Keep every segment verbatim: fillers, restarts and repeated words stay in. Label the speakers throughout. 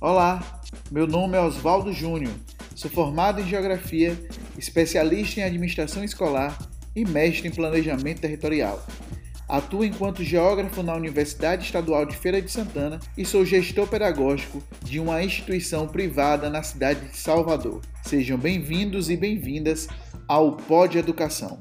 Speaker 1: Olá, meu nome é Oswaldo Júnior, sou formado em Geografia, especialista em Administração Escolar e mestre em Planejamento Territorial. Atuo enquanto geógrafo na Universidade Estadual de Feira de Santana e sou gestor pedagógico de uma instituição privada na cidade de Salvador. Sejam bem-vindos e bem-vindas ao Pod Educação.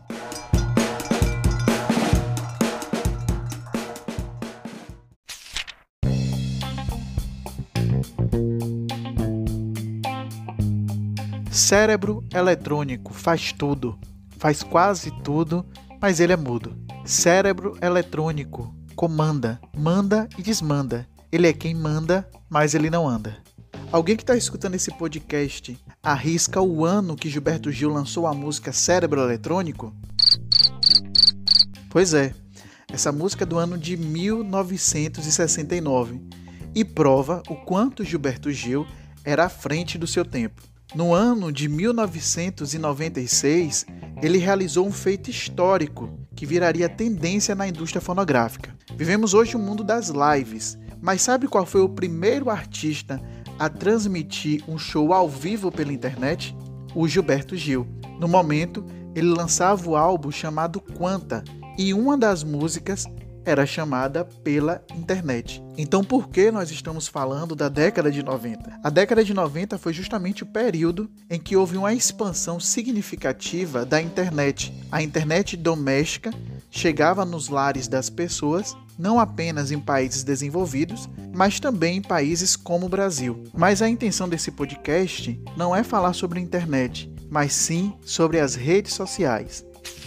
Speaker 1: Cérebro eletrônico faz tudo, faz quase tudo, mas ele é mudo. Cérebro eletrônico comanda, manda e desmanda. Ele é quem manda, mas ele não anda. Alguém que está escutando esse podcast arrisca o ano que Gilberto Gil lançou a música Cérebro Eletrônico? Pois é, essa música é do ano de mil novecentos e sessenta e nove e prova o quanto Gilberto Gil era à frente do seu tempo. No ano de mil novecentos e noventa e seis, ele realizou um feito histórico que viraria tendência na indústria fonográfica. Vivemos hoje o mundo das lives, mas sabe qual foi o primeiro artista a transmitir um show ao vivo pela internet? O Gilberto Gil. No momento, ele lançava o álbum chamado Quanta, e uma das músicas era chamada pela internet. Então, por que nós estamos falando da década de noventa? A década de noventa foi justamente o período em que houve uma expansão significativa da internet. A internet doméstica chegava nos lares das pessoas, não apenas em países desenvolvidos, mas também em países como o Brasil. Mas a intenção desse podcast não é falar sobre a internet, mas sim sobre as redes sociais.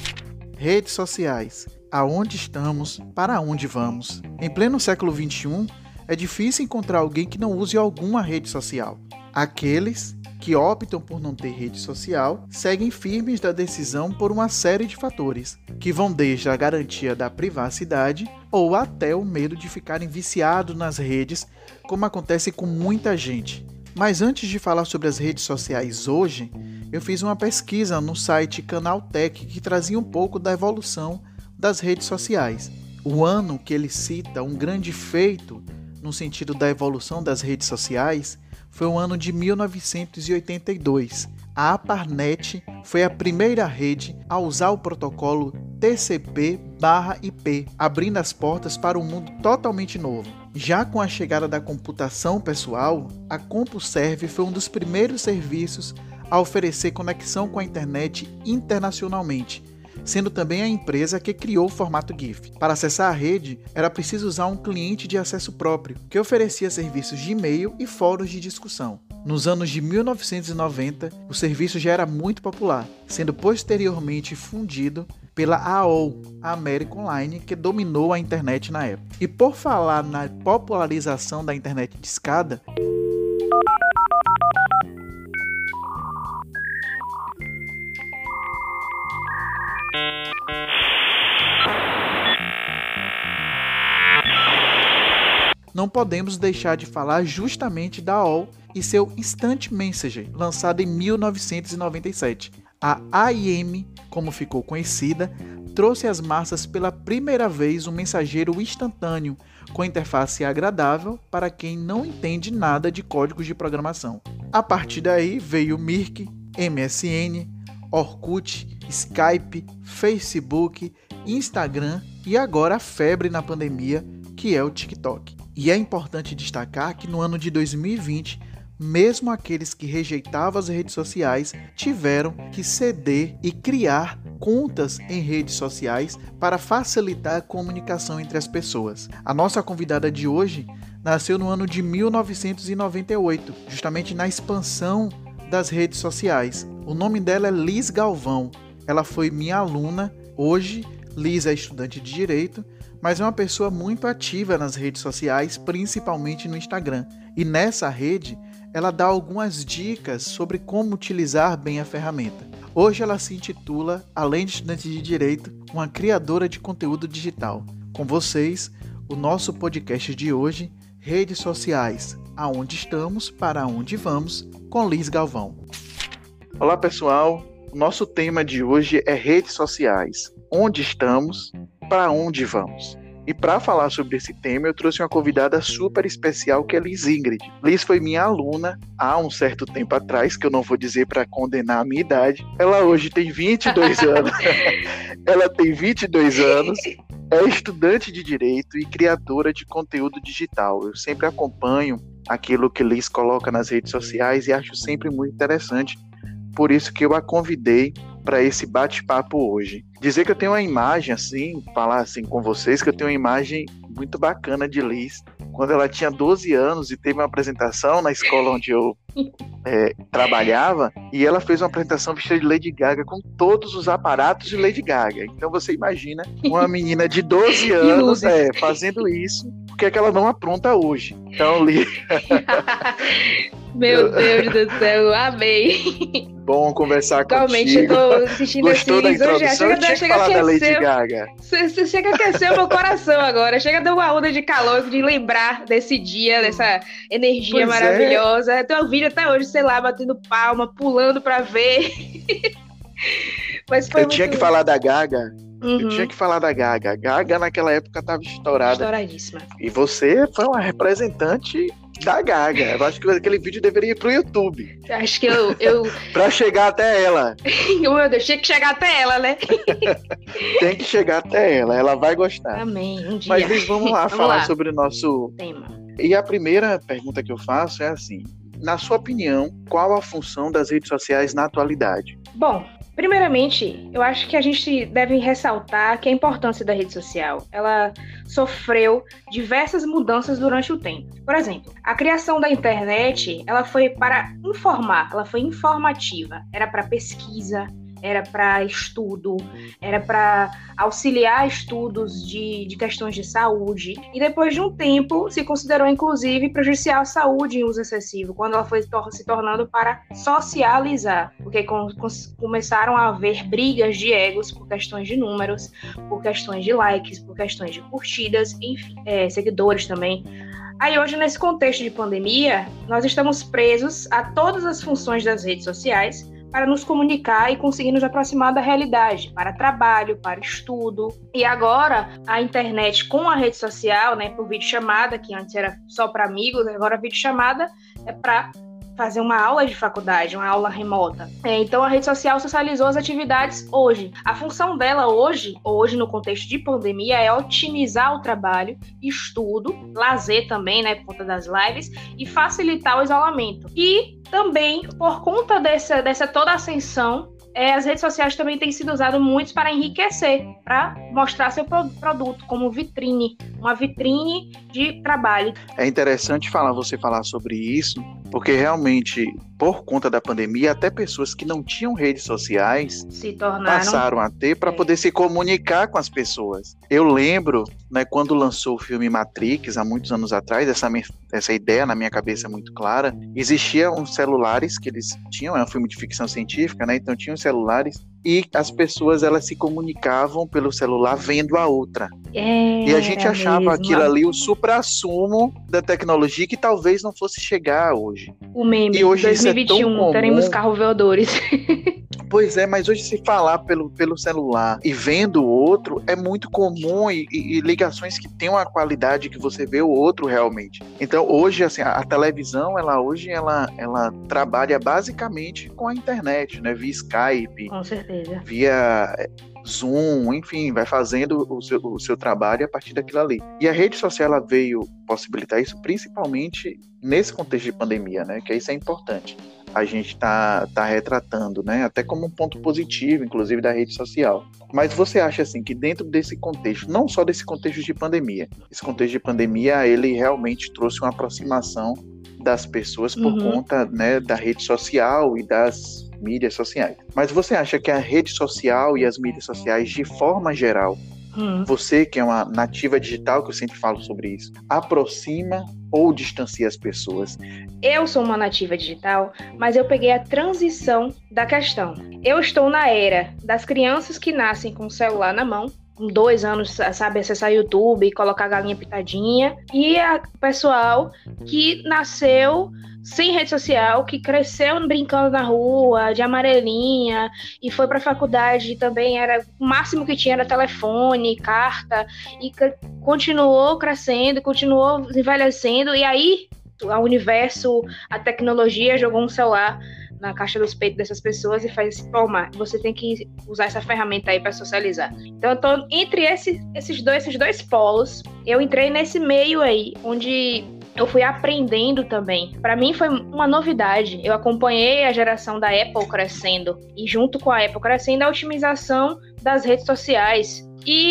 Speaker 1: Redes sociais. Aonde estamos, para onde vamos. Em pleno século vinte e um, é difícil encontrar alguém que não use alguma rede social. Aqueles que optam por não ter rede social seguem firmes da decisão por uma série de fatores, que vão desde a garantia da privacidade ou até o medo de ficarem viciados nas redes, como acontece com muita gente. Mas antes de falar sobre as redes sociais hoje, eu fiz uma pesquisa no site Canaltech que trazia um pouco da evolução das redes sociais. O ano que ele cita um grande feito no sentido da evolução das redes sociais foi o ano de mil novecentos e oitenta e dois. A ARPANET foi a primeira rede a usar o protocolo T C P barra I P, abrindo as portas para um mundo totalmente novo. Já com a chegada da computação pessoal, a CompuServe foi um dos primeiros serviços a oferecer conexão com a internet internacionalmente, sendo também a empresa que criou o formato GIF. Para acessar a rede, era preciso usar um cliente de acesso próprio, que oferecia serviços de e-mail e fóruns de discussão. Nos anos de mil novecentos e noventa, o serviço já era muito popular, sendo posteriormente fundido pela A O L, a American Online, que dominou a internet na época. E por falar na popularização da internet discada, não podemos deixar de falar justamente da A O L e seu Instant Messenger, lançado em mil novecentos e noventa e sete. A A I M, como ficou conhecida, trouxe às massas pela primeira vez um mensageiro instantâneo, com interface agradável para quem não entende nada de códigos de programação. A partir daí veio o Mirk, M S N, Orkut, Skype, Facebook, Instagram e agora a febre na pandemia, que é o TikTok. E é importante destacar que no ano de dois mil e vinte, mesmo aqueles que rejeitavam as redes sociais tiveram que ceder e criar contas em redes sociais para facilitar a comunicação entre as pessoas. A nossa convidada de hoje nasceu no ano de mil novecentos e noventa e oito, justamente na expansão das redes sociais. O nome dela é Liz Galvão. Ela foi minha aluna. Hoje, Liz é estudante de Direito, mas é uma pessoa muito ativa nas redes sociais, principalmente no Instagram. E nessa rede, ela dá algumas dicas sobre como utilizar bem a ferramenta. Hoje ela se intitula, além de estudante de Direito, uma criadora de conteúdo digital. Com vocês, o nosso podcast de hoje, Redes Sociais, aonde estamos, para onde vamos, com Liz Galvão. Olá pessoal, o nosso tema de hoje é redes sociais. Onde estamos, para onde vamos? E para falar sobre esse tema, eu trouxe uma convidada super especial, que é Liz Ingrid. Liz foi minha aluna há um certo tempo atrás, que eu não vou dizer para condenar a minha idade. Ela hoje tem vinte e dois anos. Ela tem vinte e dois anos. É estudante de Direito e criadora de conteúdo digital. Eu sempre acompanho aquilo que Liz coloca nas redes sociais e acho sempre muito interessante. Por isso que eu a convidei para esse bate-papo hoje. Dizer que eu tenho uma imagem assim, falar assim com vocês, que eu tenho uma imagem muito bacana de Liz, quando ela tinha doze anos e teve uma apresentação na escola onde eu é, trabalhava, e ela fez uma apresentação vestida de Lady Gaga com todos os aparatos de Lady Gaga. Então você imagina uma menina de doze anos é, fazendo isso, o que é que ela não apronta hoje? Então, Liz...
Speaker 2: Meu Deus do céu, amei.
Speaker 1: Bom conversar
Speaker 2: Igualmente,
Speaker 1: contigo.
Speaker 2: eu tô assistindo
Speaker 1: Gostou da
Speaker 2: esse vídeo já.
Speaker 1: introdução?
Speaker 2: Chega,
Speaker 1: Eu tinha que
Speaker 2: chega
Speaker 1: falar
Speaker 2: a
Speaker 1: da Lady
Speaker 2: aquecer.
Speaker 1: Gaga.
Speaker 2: Você chega a aquecer o meu coração agora. Chega a dar uma onda de calor, de lembrar desse dia, dessa energia
Speaker 1: Pois
Speaker 2: maravilhosa. É. Tem um vídeo até hoje, sei lá, batendo palma, pulando pra ver. Mas foi
Speaker 1: eu
Speaker 2: muito...
Speaker 1: tinha que falar da Gaga.
Speaker 2: Uhum.
Speaker 1: Eu tinha que falar da Gaga. A Gaga naquela época estava estourada.
Speaker 2: Estouradíssima.
Speaker 1: E você foi uma representante da Gaga. Eu acho que aquele vídeo deveria ir pro YouTube.
Speaker 2: Acho que eu... eu...
Speaker 1: Pra chegar até ela.
Speaker 2: Meu Deus, tinha que chegar até ela, né?
Speaker 1: Tem que chegar até ela. Ela vai gostar.
Speaker 2: Amém, um dia.
Speaker 1: Mas, Liz, vamos lá
Speaker 2: vamos
Speaker 1: falar
Speaker 2: lá.
Speaker 1: sobre o nosso
Speaker 2: tema.
Speaker 1: E a primeira pergunta que eu faço é assim: na sua opinião, qual a função das redes sociais na atualidade?
Speaker 2: Bom, primeiramente, eu acho que a gente deve ressaltar que a importância da rede social, ela sofreu diversas mudanças durante o tempo. Por exemplo, a criação da internet, ela foi para informar, ela foi informativa, era para pesquisa, era para estudo, era para auxiliar estudos de, de questões de saúde. E depois de um tempo, se considerou, inclusive, prejudicial à saúde em uso excessivo, quando ela foi se tornando para socializar, porque com, com, começaram a haver brigas de egos por questões de números, por questões de likes, por questões de curtidas, enfim, é, seguidores também. Aí hoje, nesse contexto de pandemia, nós estamos presos a todas as funções das redes sociais para nos comunicar e conseguir nos aproximar da realidade, para trabalho, para estudo. E agora, a internet com a rede social, né, por videochamada, que antes era só para amigos, agora a videochamada é para fazer uma aula de faculdade, uma aula remota. É, então, a rede social socializou as atividades hoje. A função dela hoje, hoje no contexto de pandemia, é otimizar o trabalho, estudo, lazer também, né, por conta das lives, e facilitar o isolamento. E também, por conta dessa, dessa toda ascensão, é, as redes sociais também têm sido usadas muito para enriquecer, para mostrar seu pro- produto como vitrine, uma vitrine de trabalho.
Speaker 1: É interessante falar, você falar sobre isso, porque realmente, por conta da pandemia, até pessoas que não tinham redes sociais
Speaker 2: se tornaram...
Speaker 1: passaram a ter para
Speaker 2: é.
Speaker 1: poder se comunicar com as pessoas. Eu lembro, né, quando lançou o filme Matrix, há muitos anos atrás, essa, essa ideia na minha cabeça é muito clara. Existiam uns celulares que eles tinham, é um filme de ficção científica, né, então tinham celulares, e as pessoas elas se comunicavam pelo celular vendo a outra.
Speaker 2: É,
Speaker 1: e a gente achava
Speaker 2: mesmo.
Speaker 1: aquilo ali o suprassumo da tecnologia que talvez não fosse chegar hoje.
Speaker 2: O meme,
Speaker 1: e hoje
Speaker 2: dois mil e vinte e um,
Speaker 1: isso é tão comum.
Speaker 2: teremos carros voadores.
Speaker 1: Pois é, mas hoje se falar pelo, pelo celular e vendo o outro é muito comum e, e, e ligações que têm uma qualidade que você vê o outro realmente. Então hoje, assim, a, a televisão, ela hoje ela, ela trabalha basicamente com a internet, né? Via Skype,
Speaker 2: Com certeza.
Speaker 1: via Zoom, enfim, vai fazendo o seu, o seu trabalho a partir daquilo ali. E a rede social ela veio possibilitar isso principalmente nesse contexto de pandemia, né? Que isso é importante. A gente está tá retratando, né? Até como um ponto positivo, inclusive, da rede social. Mas você acha, assim, que dentro desse contexto, não só desse contexto de pandemia, esse contexto de pandemia, ele realmente trouxe uma aproximação das pessoas por
Speaker 2: Uhum.
Speaker 1: conta, né, da rede social e das mídias sociais. Mas você acha que a rede social e as mídias sociais, de forma geral,
Speaker 2: Hum.
Speaker 1: você que é uma nativa digital, que eu sempre falo sobre isso, aproxima ou distancia as pessoas?
Speaker 2: Eu sou uma nativa digital, mas eu peguei a transição da questão. Eu estou na era das crianças que nascem com o celular na mão, com dois anos, sabe, acessar YouTube e colocar a galinha pitadinha, e o pessoal que nasceu sem rede social, que cresceu brincando na rua, de amarelinha, e foi para a faculdade também, era o máximo que tinha era telefone, carta, e continuou crescendo, continuou envelhecendo, e aí o universo, a tecnologia jogou um celular na caixa dos peitos dessas pessoas e faz, toma, você tem que usar essa ferramenta aí para socializar. Então eu tô entre esse, esses, dois, esses dois polos, eu entrei nesse meio aí, onde eu fui aprendendo também. Para mim foi uma novidade. Eu acompanhei a geração da Apple crescendo, e junto com a Apple crescendo, a otimização das redes sociais.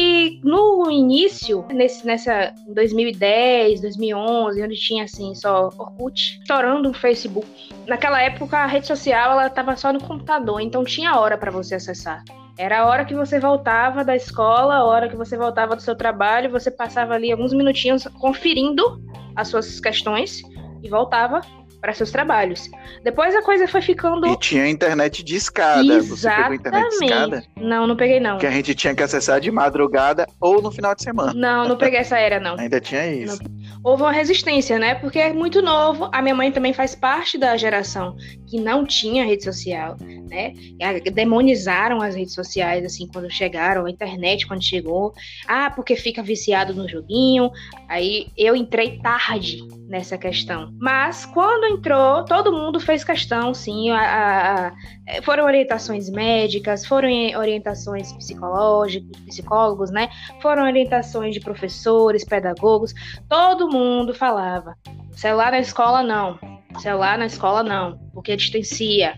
Speaker 2: E no início, nesse, nessa dois mil e dez, dois mil e onze, onde tinha assim só Orkut, estourando o Facebook. Naquela época a rede social ela estava só no computador, então tinha hora para você acessar. Era a hora que você voltava da escola, a hora que você voltava do seu trabalho, você passava ali alguns minutinhos conferindo as suas questões e voltava para seus trabalhos. Depois a coisa foi ficando...
Speaker 1: E tinha internet de escada.
Speaker 2: Exatamente.
Speaker 1: Você pegou internet de escada?
Speaker 2: Não, não peguei não.
Speaker 1: Que a gente tinha que acessar de madrugada ou no final de semana.
Speaker 2: Não, não peguei essa era não.
Speaker 1: Ainda tinha isso.
Speaker 2: Não. Houve uma resistência, né? Porque é muito novo. A minha mãe também faz parte da geração que não tinha rede social, né? Demonizaram as redes sociais, assim, quando chegaram, a internet quando chegou. Ah, porque fica viciado no joguinho. Aí eu entrei tarde nessa questão. Mas quando entrou, todo mundo fez questão, sim. A, a, a, foram orientações médicas, foram orientações psicológicas, psicólogos, né? Foram orientações de professores, pedagogos. Todo mundo falava, celular na escola não, celular na escola não, porque distancia,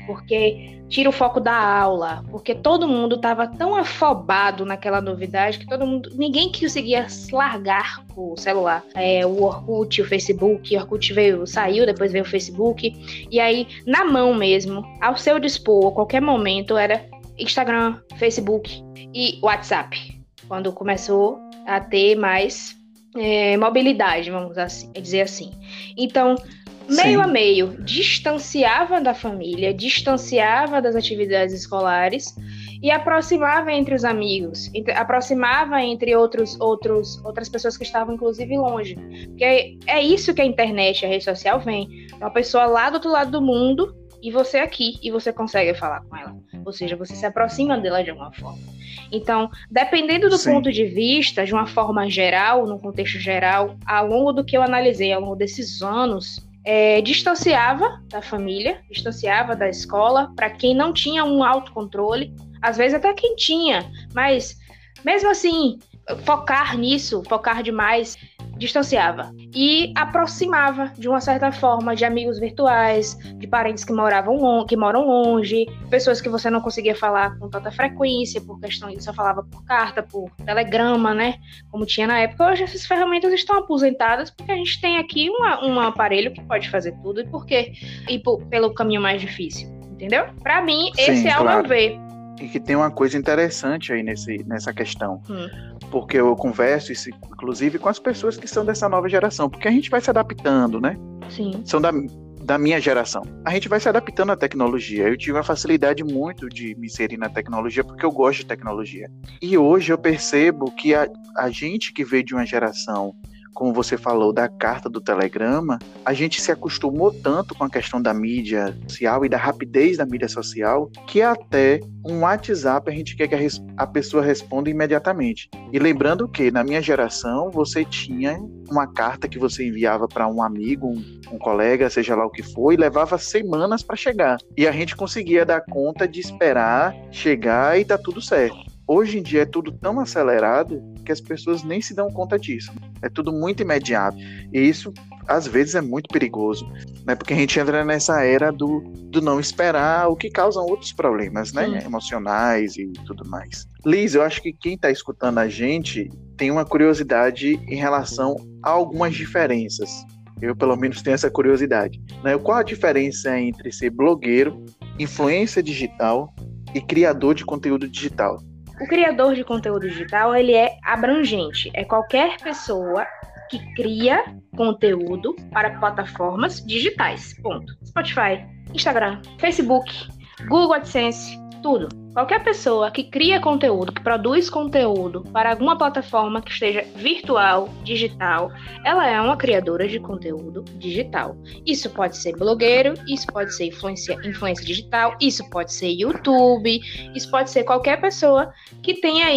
Speaker 2: porque tira o foco da aula, porque todo mundo estava tão afobado naquela novidade que todo mundo, ninguém conseguia largar o celular. É, o Orkut, o Facebook, o Orkut veio, saiu, depois veio o Facebook, e aí na mão mesmo, ao seu dispor, a qualquer momento, era Instagram, Facebook e WhatsApp, quando começou a ter mais É, mobilidade, vamos assim, dizer assim. Então, meio Sim. a meio, distanciava da família, distanciava das atividades escolares e aproximava entre os amigos, entre, aproximava entre outros, outros, outras pessoas que estavam, inclusive, longe. Porque é, é isso que a internet, a rede social vem. É uma pessoa lá do outro lado do mundo e você aqui, e você consegue falar com ela. Ou seja, você se aproxima dela de alguma forma. Então, dependendo do Sim. ponto de vista, de uma forma geral, num contexto geral, ao longo do que eu analisei, ao longo desses anos, é, distanciava da família, distanciava da escola, para quem não tinha um autocontrole, às vezes até quem tinha, mas mesmo assim, focar nisso, focar demais, distanciava e aproximava de uma certa forma de amigos virtuais, de parentes que moravam que moram longe, pessoas que você não conseguia falar com tanta frequência por questão de só falava por carta, por telegrama, né? Como tinha na época. Hoje essas ferramentas estão aposentadas porque a gente tem aqui uma, um aparelho que pode fazer tudo e por quê? E por, pelo caminho mais difícil, entendeu? Para mim, Sim, esse é claro. o meu ver.
Speaker 1: E que tem uma coisa interessante aí nesse, nessa questão.
Speaker 2: Hum.
Speaker 1: Porque eu converso, isso, inclusive, com as pessoas que são dessa nova geração. Porque a gente vai se adaptando, né?
Speaker 2: Sim.
Speaker 1: São da, da minha geração. A gente vai se adaptando à tecnologia. Eu tive uma facilidade muito de me inserir na tecnologia porque eu gosto de tecnologia. E hoje eu percebo que a, a gente que veio de uma geração, como você falou, da carta do telegrama, a gente se acostumou tanto com a questão da mídia social e da rapidez da mídia social, que até um WhatsApp a gente quer que a, res- a pessoa responda imediatamente. E lembrando que, na minha geração, você tinha uma carta que você enviava para um amigo, um, um colega, seja lá o que for, e levava semanas para chegar. E a gente conseguia dar conta de esperar chegar e tá tudo certo. Hoje em dia é tudo tão acelerado que as pessoas nem se dão conta disso. É tudo muito imediato. E isso, às vezes, é muito perigoso, né? Porque a gente entra nessa era do, do não esperar, o que causa outros problemas, né?
Speaker 2: Sim.
Speaker 1: Emocionais e tudo mais. Liz, eu acho que quem está escutando a gente tem uma curiosidade em relação a algumas diferenças. Eu, pelo menos, tenho essa curiosidade, né? Qual a diferença entre ser blogueiro, influência digital e criador de conteúdo digital?
Speaker 2: O criador de conteúdo digital, ele é abrangente. É qualquer pessoa que cria conteúdo para plataformas digitais. Ponto. Spotify, Instagram, Facebook, Google AdSense, tudo. Qualquer pessoa que cria conteúdo, que produz conteúdo para alguma plataforma que esteja virtual, digital, ela é uma criadora de conteúdo digital. Isso pode ser blogueiro, isso pode ser influência, influência digital, isso pode ser YouTube, isso pode ser qualquer pessoa que tenha aí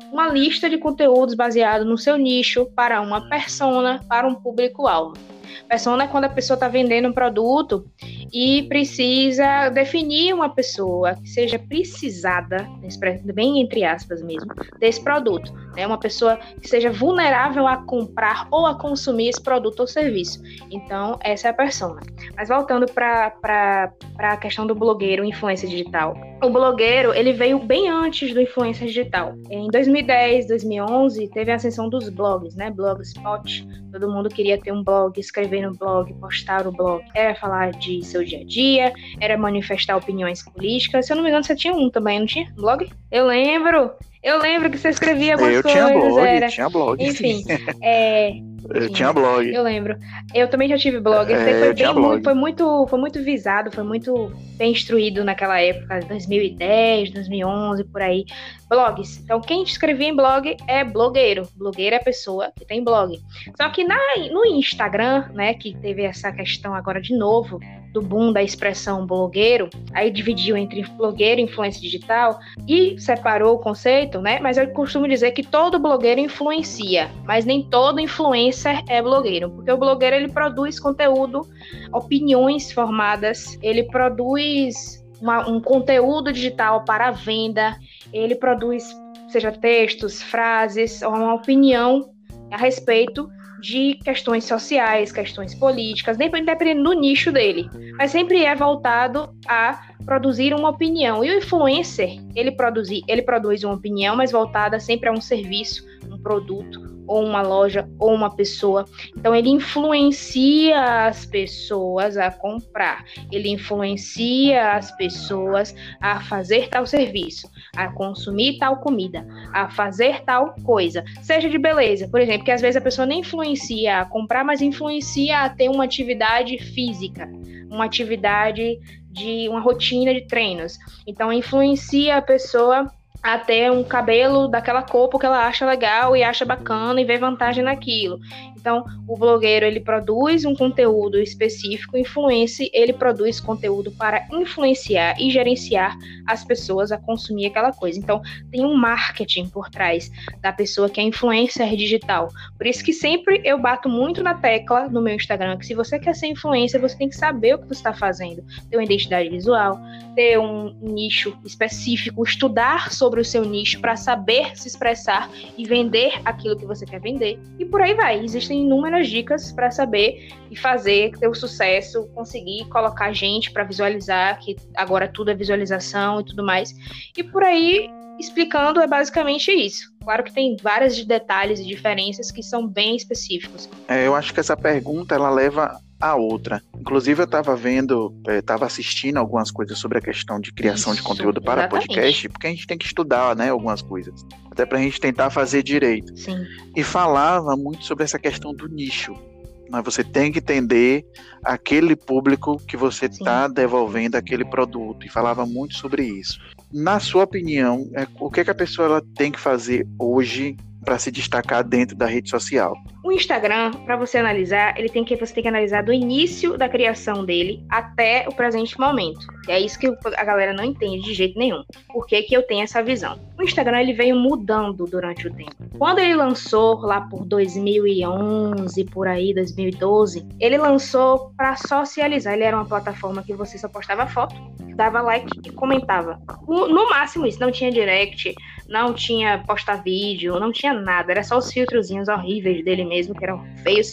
Speaker 2: uma lista de conteúdos baseado no seu nicho para uma persona, para um público-alvo. Persona é quando a pessoa está vendendo um produto e precisa definir uma pessoa que seja precisada, bem entre aspas mesmo, desse produto. Né? Uma pessoa que seja vulnerável a comprar ou a consumir esse produto ou serviço. Então, essa é a persona. Mas voltando para a questão do blogueiro, influência digital. O blogueiro, ele veio bem antes do influência digital. Em dois mil e dez, dois mil e onze, teve a ascensão dos blogs, né? Blogspot. Todo mundo queria ter um blog, escrever no blog, postar o blog. Era falar de seu dia a dia, era manifestar opiniões políticas. Se eu não me engano, você tinha um também, não tinha? Blog? Eu lembro. Eu lembro que você escrevia algumas
Speaker 1: eu
Speaker 2: coisas.
Speaker 1: Eu tinha blog,
Speaker 2: era...
Speaker 1: tinha blog.
Speaker 2: Enfim, é...
Speaker 1: Eu tinha blog.
Speaker 2: Eu lembro. Eu também já tive blog.
Speaker 1: É,
Speaker 2: foi,
Speaker 1: eu
Speaker 2: bem,
Speaker 1: blog.
Speaker 2: Muito, foi, muito, foi muito visado, foi muito bem instruído naquela época, dois mil e dez, dois mil e onze, por aí. Blogs. Então, quem escrevia em blog é blogueiro. Blogueiro é a pessoa que tem blog. Só que na, no Instagram, né, que teve essa questão agora de novo, do boom da expressão blogueiro, aí dividiu entre blogueiro e influência digital e separou o conceito, né? Mas eu costumo dizer que todo blogueiro influencia, mas nem todo influencer é blogueiro, porque o blogueiro, ele produz conteúdo, opiniões formadas, ele produz uma, um conteúdo digital para venda, ele produz, seja textos, frases, ou uma opinião a respeito de questões sociais, questões políticas, dependendo do nicho dele, mas sempre é voltado a produzir uma opinião. E o influencer, ele, produzir, ele produz uma opinião, mas voltada sempre a um serviço, um produto, ou uma loja, ou uma pessoa. Então, ele influencia as pessoas a comprar, ele influencia as pessoas a fazer tal serviço, a consumir tal comida, a fazer tal coisa, seja de beleza, por exemplo, que às vezes a pessoa nem influencia a comprar, mas influencia a ter uma atividade física, uma atividade de uma rotina de treinos. Então, influencia a pessoa a ter um cabelo daquela cor porque ela acha legal e acha bacana e vê vantagem naquilo. Então, o blogueiro, ele produz um conteúdo específico, o influencer, ele produz conteúdo para influenciar e gerenciar as pessoas a consumir aquela coisa. Então, tem um marketing por trás da pessoa que é influencer digital. Por isso que sempre eu bato muito na tecla no meu Instagram, que se você quer ser influencer, você tem que saber o que você está fazendo. Ter uma identidade visual, ter um nicho específico, estudar sobre o seu nicho para saber se expressar e vender aquilo que você quer vender. E por aí vai. Existem inúmeras dicas para saber e fazer, ter o sucesso, conseguir colocar gente para visualizar, que agora tudo é visualização e tudo mais. E por aí, explicando, é basicamente isso. Claro que tem vários detalhes e diferenças que são bem específicos.
Speaker 1: É, eu acho que essa pergunta, ela leva a outra. Inclusive, eu estava vendo, estava assistindo algumas coisas sobre a questão de criação Isso, de conteúdo para exatamente. podcast, porque a gente tem que estudar, né, algumas coisas, até para a gente tentar fazer direito.
Speaker 2: Sim.
Speaker 1: E falava muito sobre essa questão do nicho. Mas você tem que entender aquele público que você está devolvendo aquele produto, e falava muito sobre isso. Na sua opinião, é, o que, é que a pessoa ela tem que fazer hoje para se destacar dentro da rede social?
Speaker 2: O Instagram, para você analisar, ele tem que, você tem que analisar do início da criação dele até o presente momento. E é isso que a galera não entende de jeito nenhum. Por que que eu tenho essa visão? O Instagram, ele veio mudando durante o tempo. Quando ele lançou, lá por dois mil e onze, por aí, dois mil e doze, ele lançou para socializar. Ele era uma plataforma que você só postava foto, dava like e comentava. No máximo isso, não tinha direct, não tinha postar vídeo, não tinha nada. Era só os filtrozinhos horríveis dele mesmo, que eram feios.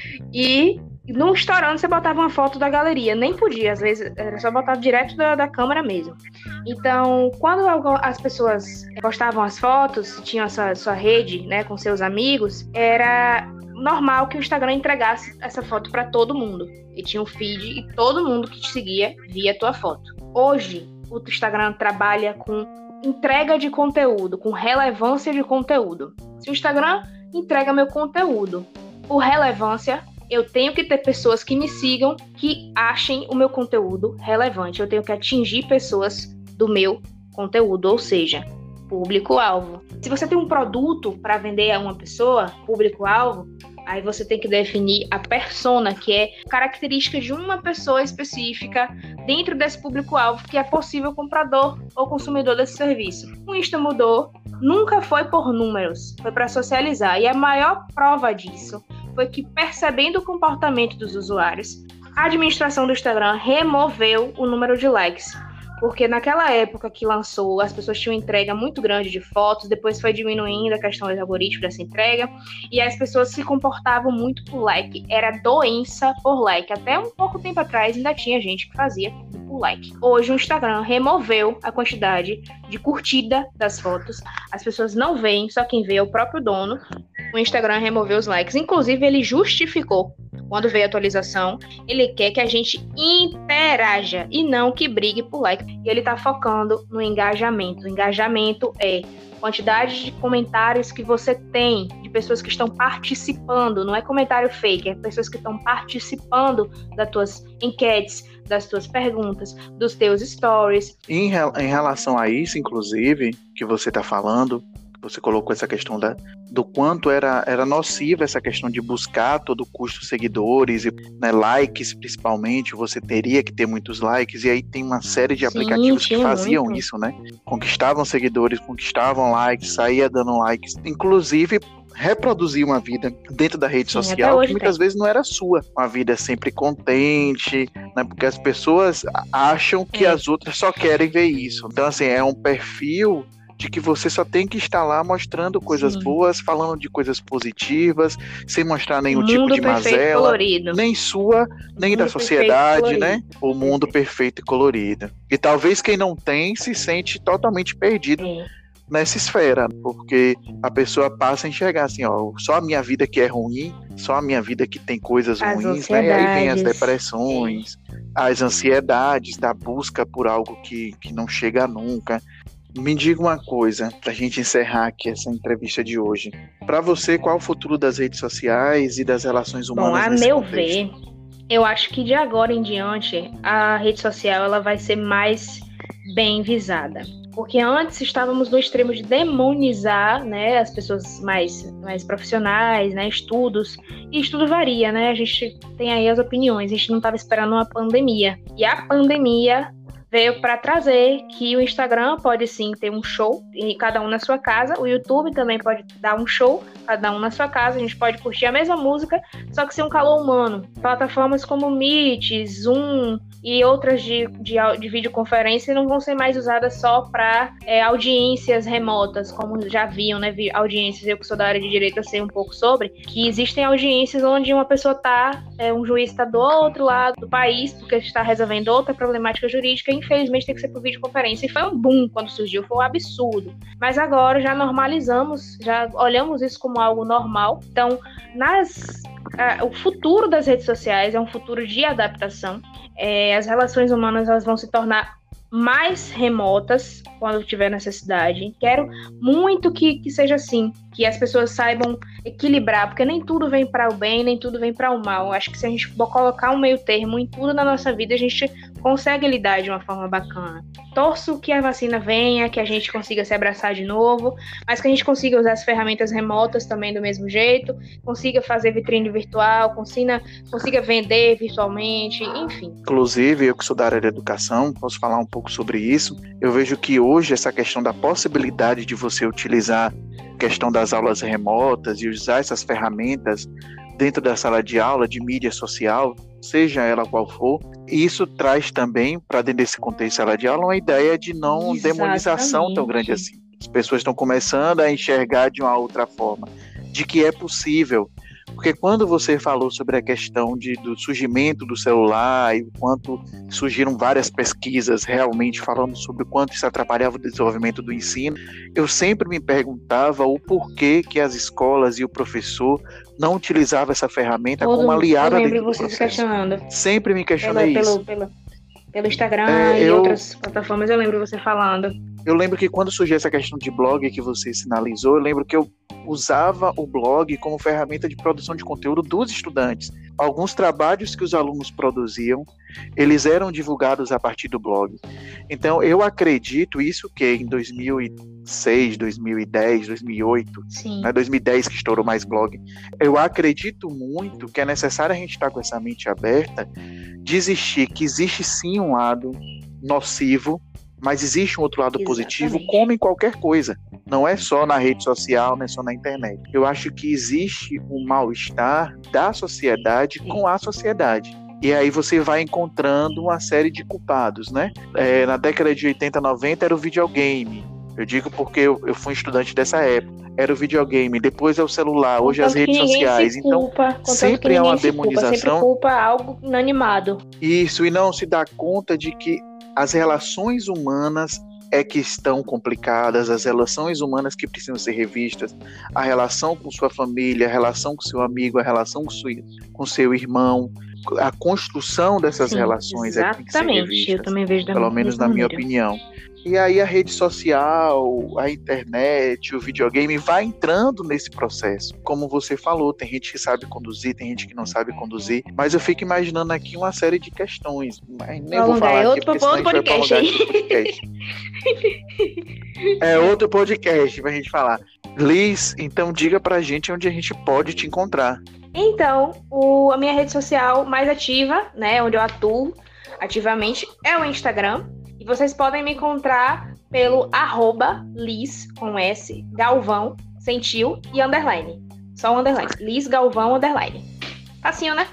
Speaker 2: E no estourando você botava uma foto da galeria. Nem podia, às vezes era só botar direto da, da câmera mesmo. Então, quando as pessoas postavam as fotos, tinham a sua, sua rede, né, com seus amigos, era normal que o Instagram entregasse essa foto para todo mundo. E tinha um feed e todo mundo que te seguia via a tua foto. Hoje, o Instagram trabalha com entrega de conteúdo, com relevância de conteúdo. Se o Instagram entrega meu conteúdo por relevância, eu tenho que ter pessoas que me sigam, que achem o meu conteúdo relevante. Eu tenho que atingir pessoas do meu conteúdo, ou seja, público-alvo. Se você tem um produto para vender a uma pessoa, público-alvo, Aí você tem que definir a persona, que é característica de uma pessoa específica dentro desse público-alvo que é possível comprador ou consumidor desse serviço. O Insta mudou, nunca foi por números, foi para socializar. E a maior prova disso foi que, percebendo o comportamento dos usuários, a administração do Instagram removeu o número de likes. Porque naquela época que lançou, as pessoas tinham entrega muito grande de fotos, depois foi diminuindo a questão dos algoritmos dessa entrega, e as pessoas se comportavam muito por like. Era doença por like. Até um pouco tempo atrás ainda tinha gente que fazia por like. Hoje o Instagram removeu a quantidade de curtida das fotos. As pessoas não veem, só quem vê é o próprio dono. O Instagram removeu os likes. Inclusive, ele justificou. Quando veio a atualização, ele quer que a gente interaja e não que brigue por like. E ele está focando no engajamento. O engajamento é quantidade de comentários que você tem, de pessoas que estão participando. Não é comentário fake, é pessoas que estão participando das tuas enquetes, das tuas perguntas, dos teus stories.
Speaker 1: Em, em relação a isso, inclusive, que você está falando, você colocou essa questão da, do quanto era, era nociva essa questão de buscar a todo custo seguidores, e, né, likes principalmente, você teria que ter muitos likes, e aí tem uma série de
Speaker 2: Sim,
Speaker 1: aplicativos que faziam
Speaker 2: muito.
Speaker 1: isso, né? Conquistavam seguidores, conquistavam likes, saía dando likes, inclusive reproduzir uma vida dentro da rede
Speaker 2: Sim,
Speaker 1: social que muitas
Speaker 2: tem.
Speaker 1: vezes não era sua, uma vida sempre contente, né? Porque as pessoas acham que
Speaker 2: É.
Speaker 1: as outras só querem ver isso. Então, assim, é um perfil de que você só tem que estar lá mostrando coisas
Speaker 2: Sim.
Speaker 1: boas, falando de coisas positivas, sem mostrar nenhum
Speaker 2: Mundo
Speaker 1: tipo de
Speaker 2: perfeito e
Speaker 1: mazela,
Speaker 2: colorido.
Speaker 1: nem sua, nem
Speaker 2: Mundo
Speaker 1: da
Speaker 2: perfeito e
Speaker 1: sociedade,
Speaker 2: colorido.
Speaker 1: né? O mundo perfeito e colorido. E talvez quem não tem se sente totalmente perdido
Speaker 2: É.
Speaker 1: nessa esfera, porque a pessoa passa a enxergar assim, ó, só a minha vida que é ruim, só a minha vida que tem coisas
Speaker 2: As
Speaker 1: ruins, né? E aí vem as
Speaker 2: ansiedades.
Speaker 1: depressões, as ansiedades da busca por algo que, que não chega nunca. Me diga uma coisa, pra gente encerrar aqui essa entrevista de hoje. Pra você, qual é o futuro das redes sociais e das relações humanas
Speaker 2: Bom, a
Speaker 1: nesse
Speaker 2: meu
Speaker 1: contexto?
Speaker 2: ver, eu acho que de agora em diante a rede social ela vai ser mais bem visada. Porque antes estávamos no extremo de demonizar, né, as pessoas mais, mais profissionais, né, estudos. E estudo varia, né? A gente tem aí as opiniões. A gente não estava esperando uma pandemia. E a pandemia veio para trazer que o Instagram pode sim ter um show, e cada um na sua casa. O YouTube também pode dar um show, cada um na sua casa. A gente pode curtir a mesma música, só que sem um calor humano. Plataformas como Meet, Zoom e outras de, de, de videoconferência não vão ser mais usadas só para é, audiências remotas, como já viam, né? Audiências, eu que sou da área de direito, eu sei um pouco sobre, que existem audiências onde uma pessoa está, é, um juiz está do outro lado do país, porque está resolvendo outra problemática jurídica, e infelizmente tem que ser por videoconferência. E foi um boom quando surgiu, foi um absurdo. Mas agora já normalizamos, já olhamos isso como algo normal. Então, nas, uh, o futuro das redes sociais é um futuro de adaptação. É, as relações humanas elas vão se tornar mais remotas quando tiver necessidade. Quero muito que, que seja assim, que as pessoas saibam equilibrar, porque nem tudo vem para o bem, nem tudo vem para o mal. Acho que se a gente colocar um meio termo em tudo na nossa vida, a gente consegue lidar de uma forma bacana. Torço que a vacina venha, que a gente consiga se abraçar de novo, mas que a gente consiga usar as ferramentas remotas também do mesmo jeito, consiga fazer vitrine virtual, consiga, consiga vender virtualmente, enfim.
Speaker 1: Inclusive, eu que sou da área da educação, posso falar um pouco sobre isso. Eu vejo que hoje essa questão da possibilidade de você utilizar a questão das aulas remotas e usar essas ferramentas dentro da sala de aula, de mídia social, seja ela qual for, isso traz também, para dentro desse contexto de sala de aula, uma ideia de não
Speaker 2: Exatamente.
Speaker 1: demonização tão grande assim. As pessoas estão começando a enxergar de uma outra forma, de que é possível. Porque quando você falou sobre a questão de, do surgimento do celular e o quanto surgiram várias pesquisas realmente falando sobre o quanto isso atrapalhava o desenvolvimento do ensino, eu sempre me perguntava o porquê que as escolas e o professor não utilizavam essa ferramenta
Speaker 2: Todo,
Speaker 1: como aliada
Speaker 2: eu lembro
Speaker 1: dentro do
Speaker 2: vocês
Speaker 1: processo.
Speaker 2: questionando.
Speaker 1: Sempre me questionei
Speaker 2: Pela,
Speaker 1: isso.
Speaker 2: pelo, pelo, pelo Instagram
Speaker 1: É,
Speaker 2: e
Speaker 1: eu-
Speaker 2: outras plataformas, eu lembro você falando.
Speaker 1: Eu lembro que quando surgiu essa questão de blog que você sinalizou, eu lembro que eu usava o blog como ferramenta de produção de conteúdo dos estudantes. Alguns trabalhos que os alunos produziam, eles eram divulgados a partir do blog. Então, eu acredito isso que em dois mil e seis, dois mil e dez, dois mil e oito, né, dois mil e dez que estourou mais blog, eu acredito muito que é necessário a gente estar com essa mente aberta de existir, que existe sim um lado nocivo, mas existe um outro lado
Speaker 2: Exatamente.
Speaker 1: positivo, como em qualquer coisa. Não é só na rede social, não é só na internet. Eu acho que existe um mal-estar da sociedade com a sociedade. E aí você vai encontrando uma série de culpados, né? É, na década de oitenta, noventa era o videogame. Eu digo porque eu, eu fui estudante dessa época. Era o videogame, depois é o celular, hoje as redes sociais. Então, sempre há uma demonização.
Speaker 2: Sempre culpa algo inanimado.
Speaker 1: Isso, e não se dá conta de que as relações humanas é que estão complicadas, as relações humanas que precisam ser revistas, a relação com sua família, a relação com seu amigo, a relação com, sua, com seu irmão, a construção dessas Sim, relações é que tem que ser revista,
Speaker 2: eu também vejo da
Speaker 1: pelo menos na minha opinião. E aí a rede social, a internet, o videogame vai entrando nesse processo. Como você falou, tem gente que sabe conduzir, tem gente que não sabe conduzir, mas eu fico imaginando aqui uma série de questões. Mas nem vou falar
Speaker 2: é
Speaker 1: aqui, porque senão a gente vai prolongar aqui o podcast. É outro podcast pra gente falar. Liz, então diga pra gente onde a gente pode te encontrar.
Speaker 2: Então, o, a minha rede social mais ativa, né, onde eu atuo ativamente, é o Instagram. E vocês podem me encontrar pelo arroba Liz, com S, Galvão, sem tio e underline. Só um underline. Liz Galvão, underline. Facinho, né?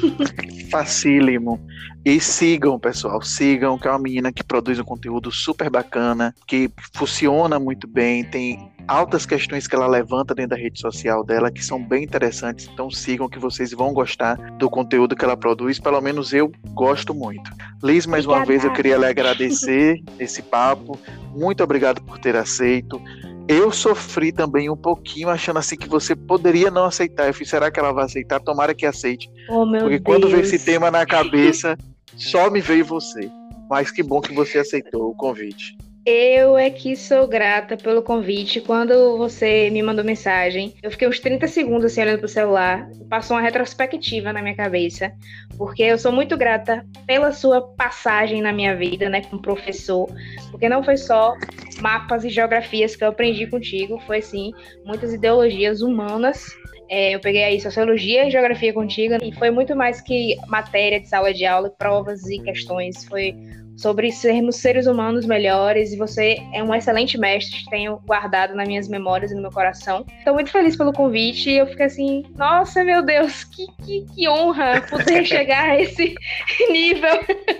Speaker 1: Facílimo. E sigam, pessoal, sigam, que é uma menina que produz um conteúdo super bacana, que funciona muito bem, tem altas questões que ela levanta dentro da rede social dela, que são bem interessantes, então sigam que vocês vão gostar do conteúdo que ela produz, pelo menos eu gosto muito. Liz, mais
Speaker 2: Obrigada.
Speaker 1: Uma vez eu queria lhe agradecer esse papo, muito obrigado por ter aceito. Eu sofri também um pouquinho, achando assim que você poderia não aceitar. Eu fiz, será que ela vai aceitar? Tomara que aceite.
Speaker 2: Oh, meu
Speaker 1: Porque
Speaker 2: Deus.
Speaker 1: quando veio esse tema na cabeça, só me veio você. Mas que bom que você aceitou o convite.
Speaker 2: Eu é que sou grata pelo convite. Quando você me mandou mensagem, eu fiquei uns trinta segundos assim olhando pro celular. Passou uma retrospectiva na minha cabeça. Porque eu sou muito grata pela sua passagem na minha vida, né, como professor. Porque não foi só mapas e geografias que eu aprendi contigo. Foi, sim, muitas ideologias humanas. É, eu peguei aí Sociologia e Geografia contigo. E foi muito mais que matéria de sala de aula, provas e questões. Foi sobre sermos seres humanos melhores, e você é um excelente mestre que tenho guardado nas minhas memórias e no meu coração. Estou muito feliz pelo convite, e eu fico assim, nossa, meu Deus, que, que, que honra poder chegar a esse nível.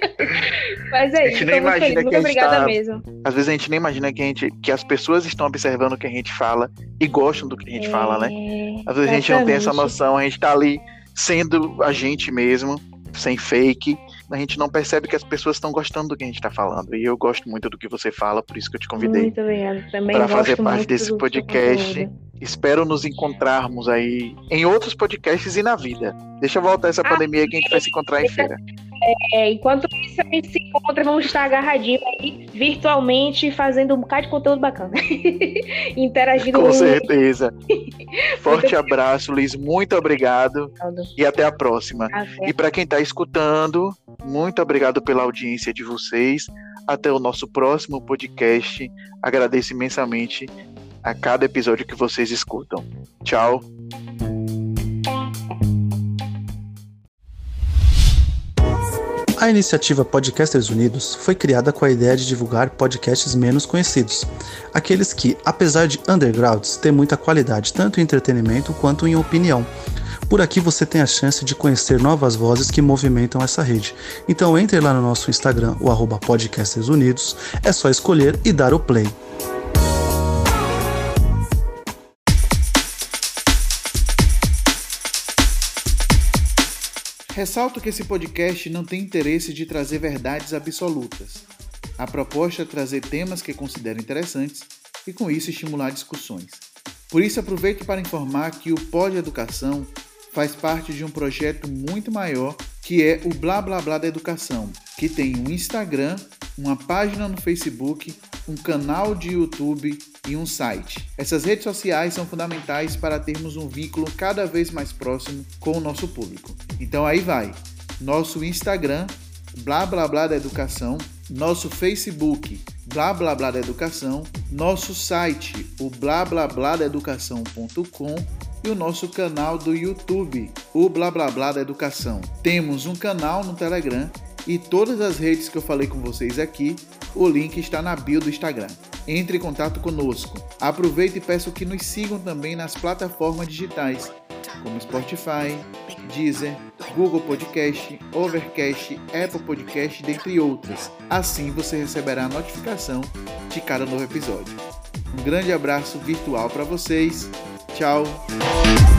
Speaker 2: Mas é isso, estou muito feliz, muito obrigada tá... mesmo.
Speaker 1: Às vezes a gente nem imagina que, a gente, que as pessoas estão observando o que a gente fala e gostam do que a gente é... fala, né? Às vezes a gente não tem essa noção, a gente tá ali sendo a gente mesmo, sem fake. A gente não percebe que as pessoas estão gostando do que a gente está falando. E eu gosto muito do que você fala, por isso que eu te convidei.
Speaker 2: Muito obrigada. Também
Speaker 1: para fazer parte desse podcast. Espero nos encontrarmos aí em outros podcasts e na vida. Deixa eu voltar essa ah, pandemia que a gente vai se encontrar em feira.
Speaker 2: É, enquanto isso a gente se encontra, vamos estar agarradinhos aí, virtualmente, fazendo um bocado de conteúdo bacana. Interagindo.
Speaker 1: Com certeza. Forte abraço, Liz. Muito obrigado. E até a próxima. Até. E para quem está escutando, muito obrigado pela audiência de vocês. Até o nosso próximo podcast. Agradeço imensamente a cada episódio que vocês escutam. Tchau.
Speaker 3: A iniciativa Podcasters Unidos foi criada com a ideia de divulgar podcasts menos conhecidos, aqueles que, apesar de undergrounds, têm muita qualidade tanto em entretenimento quanto em opinião. Por aqui você tem a chance de conhecer novas vozes que movimentam essa rede. Então entre lá no nosso Instagram, o arroba Podcasters Unidos, é só escolher e dar o play.
Speaker 1: Ressalto que esse podcast não tem interesse de trazer verdades absolutas. A proposta é trazer temas que considero interessantes e, com isso, estimular discussões. Por isso, aproveito para informar que o Pod Educação faz parte de um projeto muito maior, que é o Blá Blá Blá da Educação, que tem um Instagram, uma página no Facebook um canal de YouTube e um site. Essas redes sociais são fundamentais para termos um vínculo cada vez mais próximo com o nosso público. Então aí vai, nosso Instagram, blá blá blá da educação, nosso Facebook, blá blá blá da educação, nosso site, o blá blá blá da educação ponto com e o nosso canal do YouTube, o blá blá blá da educação. Temos um canal no Telegram e todas as redes que eu falei com vocês aqui, o link está na bio do Instagram. Entre em contato conosco. Aproveite e peço que nos sigam também nas plataformas digitais, como Spotify, Deezer, Google Podcast, Overcast, Apple Podcast, dentre outras. Assim você receberá a notificação de cada novo episódio. Um grande abraço virtual para vocês. Tchau!